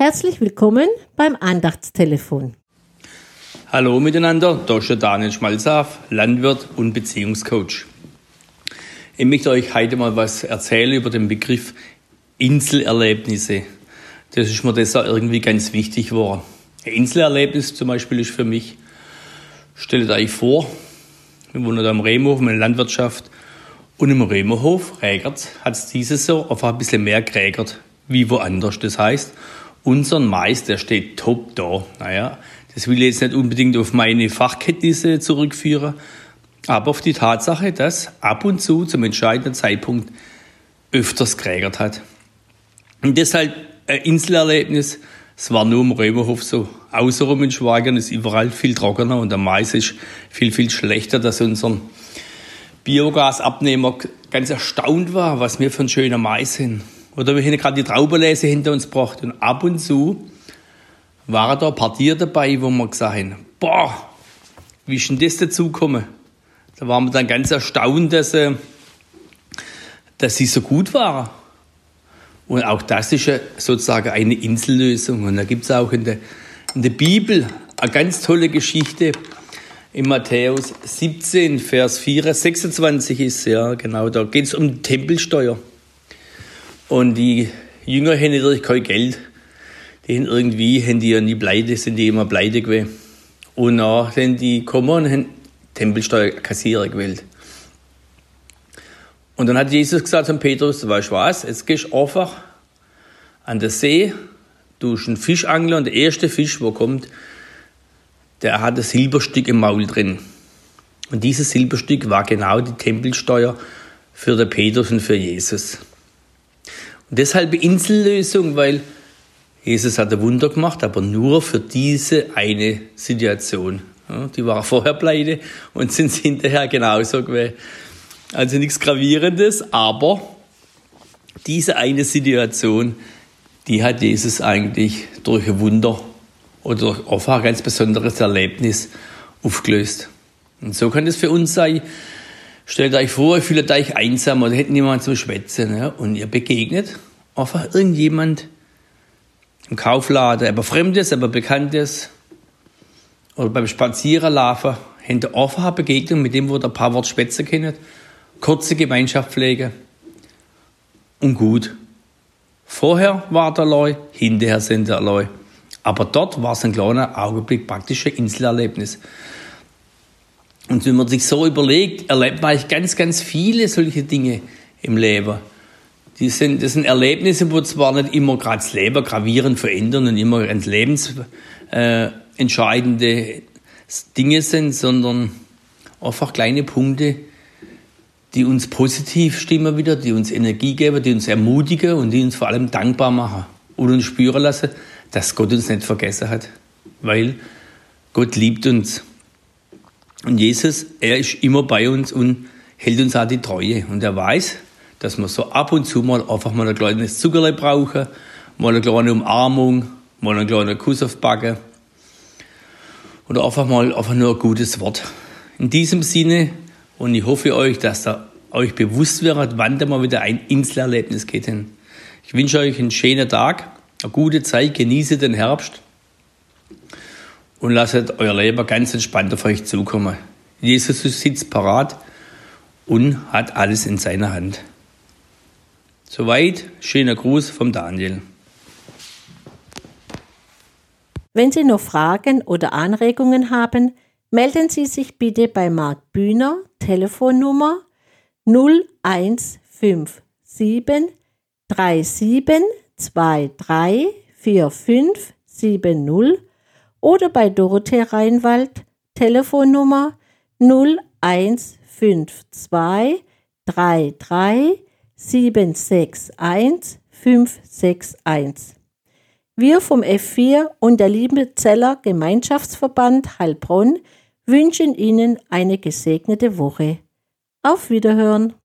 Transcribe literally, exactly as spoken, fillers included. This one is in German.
Herzlich willkommen beim Andachtstelefon. Hallo miteinander, da ist der Daniel Schmalzaf, Landwirt und Beziehungscoach. Ich möchte euch heute mal was erzählen über den Begriff Inselerlebnisse. Das ist mir deshalb irgendwie ganz wichtig geworden. Ein Inselerlebnis zum Beispiel ist für mich, stellt euch vor, wir wohnen da am Rehmohof, in der Landwirtschaft, und im Rehmohof regert hat es dieses Jahr einfach ein bisschen mehr geregert wie woanders. Das heißt, unser Mais, der steht top da. Naja, das will ich jetzt nicht unbedingt auf meine Fachkenntnisse zurückführen, aber auf die Tatsache, dass ab und zu zum entscheidenden Zeitpunkt öfters geregert hat. Und deshalb ein Inselerlebnis, es war nur im Römerhof so. Außenrum in Schwagern ist überall viel trockener und der Mais ist viel, viel schlechter, dass unser Biogasabnehmer ganz erstaunt war, was wir für ein schöner Mais sind. Oder wir haben gerade die Traubenlese hinter uns gebracht und ab und zu waren da Partien dabei, wo wir gesagt haben, boah, wie ist denn das dazu gekommen? Da waren wir dann ganz erstaunt, dass, äh, dass sie so gut waren. Und auch das ist ja sozusagen eine Insellösung. Und da gibt es auch in der, in der Bibel eine ganz tolle Geschichte. In Matthäus siebzehn, Vers vier, sechsundzwanzig ist ja genau, da geht es um die Tempelsteuer. Und die Jünger haben natürlich kein Geld. Die haben irgendwie, haben die ja nie pleite, sind die immer pleite gewesen. Und dann sind die gekommen und haben Tempelsteuerkassierer gewählt. Und dann hat Jesus gesagt an Petrus, weißt du was, jetzt gehst du einfach an den See, du hast einen Fischangler und der erste Fisch, der kommt, der hat ein Silberstück im Maul drin. Und dieses Silberstück war genau die Tempelsteuer für den Petrus und für Jesus. Und deshalb eine Insellösung, weil Jesus hat ein Wunder gemacht, aber nur für diese eine Situation. Ja, die waren vorher pleite und sind hinterher genauso gewesen. Also nichts Gravierendes, aber diese eine Situation, die hat Jesus eigentlich durch ein Wunder oder durch einfach ein ganz besonderes Erlebnis aufgelöst. Und so kann es für uns sein. Stellt euch vor, ihr fühlt euch einsam oder hätten niemanden zum Schwätzen, ja, und ihr begegnet einfach irgendjemand im Kaufladen, aber Fremdes, aber Bekanntes oder beim Spazierenlaufen, habt ihr einfach eine Begegnung mit dem, wo ihr ein paar Worte schwätzen könnt, kurze Gemeinschaft pflegen und gut. Vorher war der Leu, hinterher sind der Leu. Aber dort war es ein kleiner Augenblick praktisch ein Inselerlebnis. Und wenn man sich so überlegt, erlebt man eigentlich ganz, ganz viele solche Dinge im Leben. Die sind, das sind Erlebnisse, wo zwar nicht immer gerade das Leben gravierend verändern und immer ganz lebensentscheidende äh, Dinge sind, sondern einfach kleine Punkte, die uns positiv stimmen wieder, die uns Energie geben, die uns ermutigen und die uns vor allem dankbar machen und uns spüren lassen, dass Gott uns nicht vergessen hat, weil Gott liebt uns. Und Jesus, er ist immer bei uns und hält uns auch die Treue. Und er weiß, dass wir so ab und zu mal einfach mal ein kleines Zuckerle brauchen, mal eine kleine Umarmung, mal einen kleinen Kuss auf die Backe oder einfach mal einfach nur ein gutes Wort. In diesem Sinne, und ich hoffe euch, dass ihr euch bewusst werdet, wann da mal wieder ein Inselerlebnis geht hin. Ich wünsche euch einen schönen Tag, eine gute Zeit, genieße den Herbst und lasst euer Leben ganz entspannt auf euch zukommen. Jesus sitzt parat und hat alles in seiner Hand. Soweit, schöner Gruß vom Daniel. Wenn Sie noch Fragen oder Anregungen haben, melden Sie sich bitte bei Marc Bühner, Telefonnummer null eins fünf sieben drei sieben zwei drei vier fünf sieben null oder bei Dorothee Reinwald, Telefonnummer null eins fünf zwei drei drei sieben sechs eins fünf sechs eins. Wir vom F vier und der Liebenzeller Gemeinschaftsverband Heilbronn wünschen Ihnen eine gesegnete Woche. Auf Wiederhören!